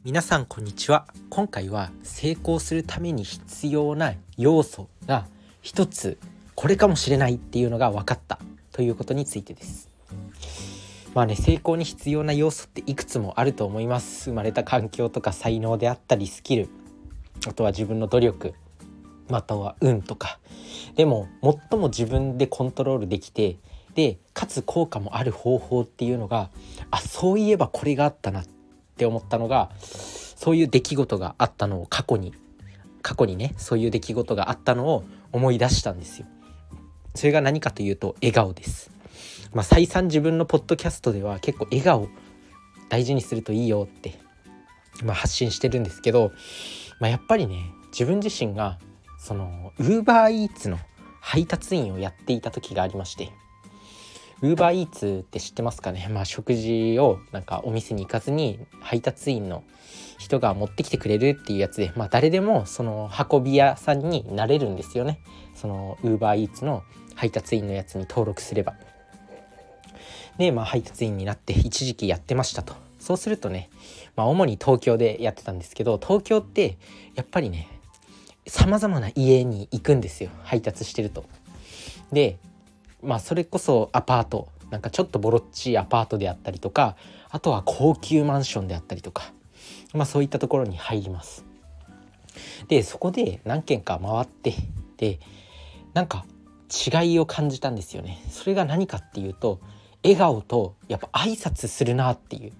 皆さんこんにちは。今回は成功するために必要な要素が一つこれかもしれないっていうのが分かったということについてです。成功に必要な要素っていくつもあると思います。生まれた環境とか才能であったりスキル、あとは自分の努力、または運とか。でも最も自分でコントロールできて、でかつ効果もある方法っていうのが、そういえばこれがあったなって思ったのが、そういう出来事があったのを過去にね、そういう出来事があったのを思い出したんですよ。それが何かというと笑顔です。再三自分のポッドキャストでは結構笑顔大事にするといいよって発信してるんですけど、やっぱりね、自分自身がその UberEats の配達員をやっていた時がありまして、UberEats って知ってますかね。食事をお店に行かずに配達員の人が持ってきてくれるっていうやつで、誰でもその運び屋さんになれるんですよね。その UberEats の配達員のやつに登録すれば。で、配達員になって一時期やってましたと。そうするとね、主に東京でやってたんですけど、東京ってやっぱりね、様々な家に行くんですよ、配達してると。で、それこそアパート、ちょっとボロっちいアパートであったりとか、あとは高級マンションであったりとか、そういったところに入ります。で、そこで何軒か回って、で違いを感じたんですよね。それが何かっていうと、笑顔とやっぱ挨拶するなっていう。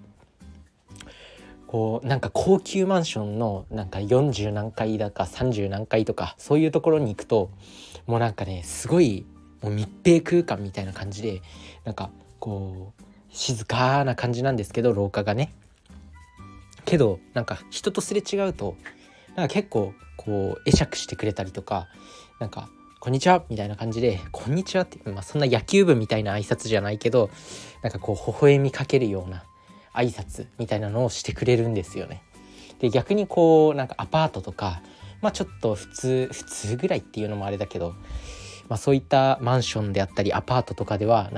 高級マンションの40何階だか30何階とか、そういうところに行くともうすごいもう密閉空間みたいな感じで、静かな感じなんですけど、廊下がね。けど人とすれ違うと結構会釈してくれたりとか、こんにちはみたいな感じで、こんにちはって、そんな野球部みたいな挨拶じゃないけど、微笑みかけるような挨拶みたいなのをしてくれるんですよね。で、逆にアパートとか、ちょっと普通ぐらいっていうのもあれだけど、そういったマンションであったりアパートとかでは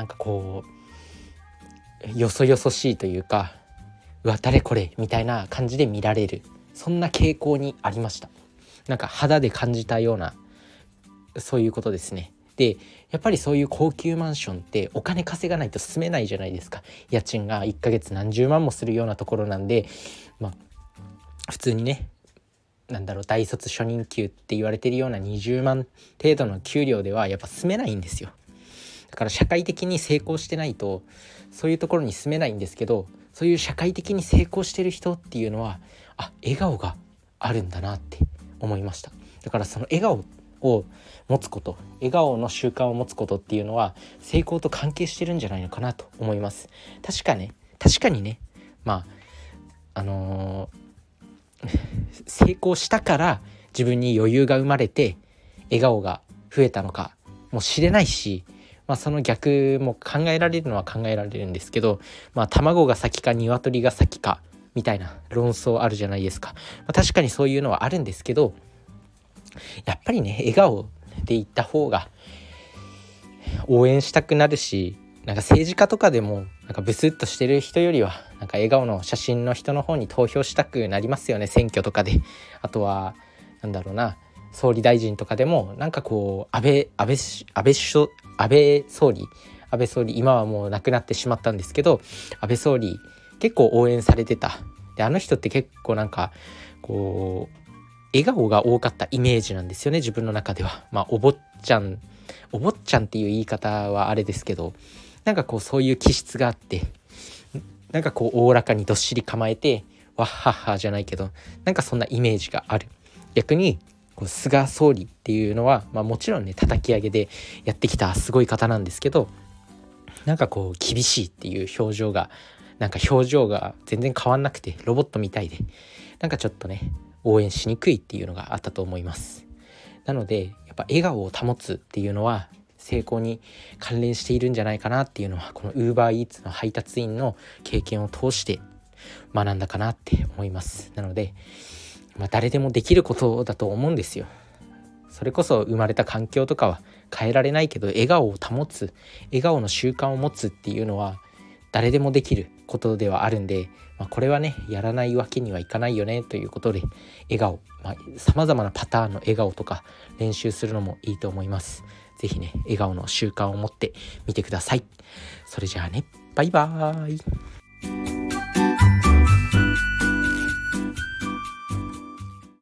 よそよそしいというか、うわ誰これみたいな感じで見られる、そんな傾向にありました。肌で感じたような、そういうことですね。で、やっぱりそういう高級マンションってお金稼がないと住めないじゃないですか。家賃が1ヶ月何十万もするようなところなんで、普通にね、大卒初任給って言われてるような20万程度の給料ではやっぱ住めないんですよ。だから社会的に成功してないとそういうところに住めないんですけど、そういう社会的に成功してる人っていうのは笑顔があるんだなって思いました。だからその笑顔を持つこと、笑顔の習慣を持つことっていうのは成功と関係してるんじゃないのかなと思います。確かにね、成功したから自分に余裕が生まれて笑顔が増えたのかもしれないし、その逆も考えられるのは考えられるんですけど、卵が先か鶏が先かみたいな論争あるじゃないですか。確かにそういうのはあるんですけど、やっぱりね、笑顔でいった方が応援したくなるし、政治家とかでもブスッとしてる人よりは笑顔の写真の人の方に投票したくなりますよね、選挙とかで。あとは総理大臣とかでも安倍総理、今はもう亡くなってしまったんですけど、安倍総理結構応援されてた。で、あの人って結構笑顔が多かったイメージなんですよね、自分の中では。お坊ちゃんっていう言い方はあれですけど、そういう気質があって、おおらかにどっしり構えてわっはっはじゃないけど、そんなイメージがある。逆に菅総理っていうのは、もちろんね叩き上げでやってきたすごい方なんですけど、厳しいっていう表情が全然変わんなくて、ロボットみたいでちょっとね応援しにくいっていうのがあったと思います。なのでやっぱ笑顔を保つっていうのは成功に関連しているんじゃないかなっていうのは、この UberEats の配達員の経験を通して学んだかなって思います。なので誰でもできることだと思うんですよ。それこそ生まれた環境とかは変えられないけど、笑顔を保つ、笑顔の習慣を持つっていうのは誰でもできることではあるんで、これはねやらないわけにはいかないよねということで、笑顔、様々なパターンの笑顔とか練習するのもいいと思います。ぜひね笑顔の習慣を持ってみてください。それじゃあね、バイバーイ。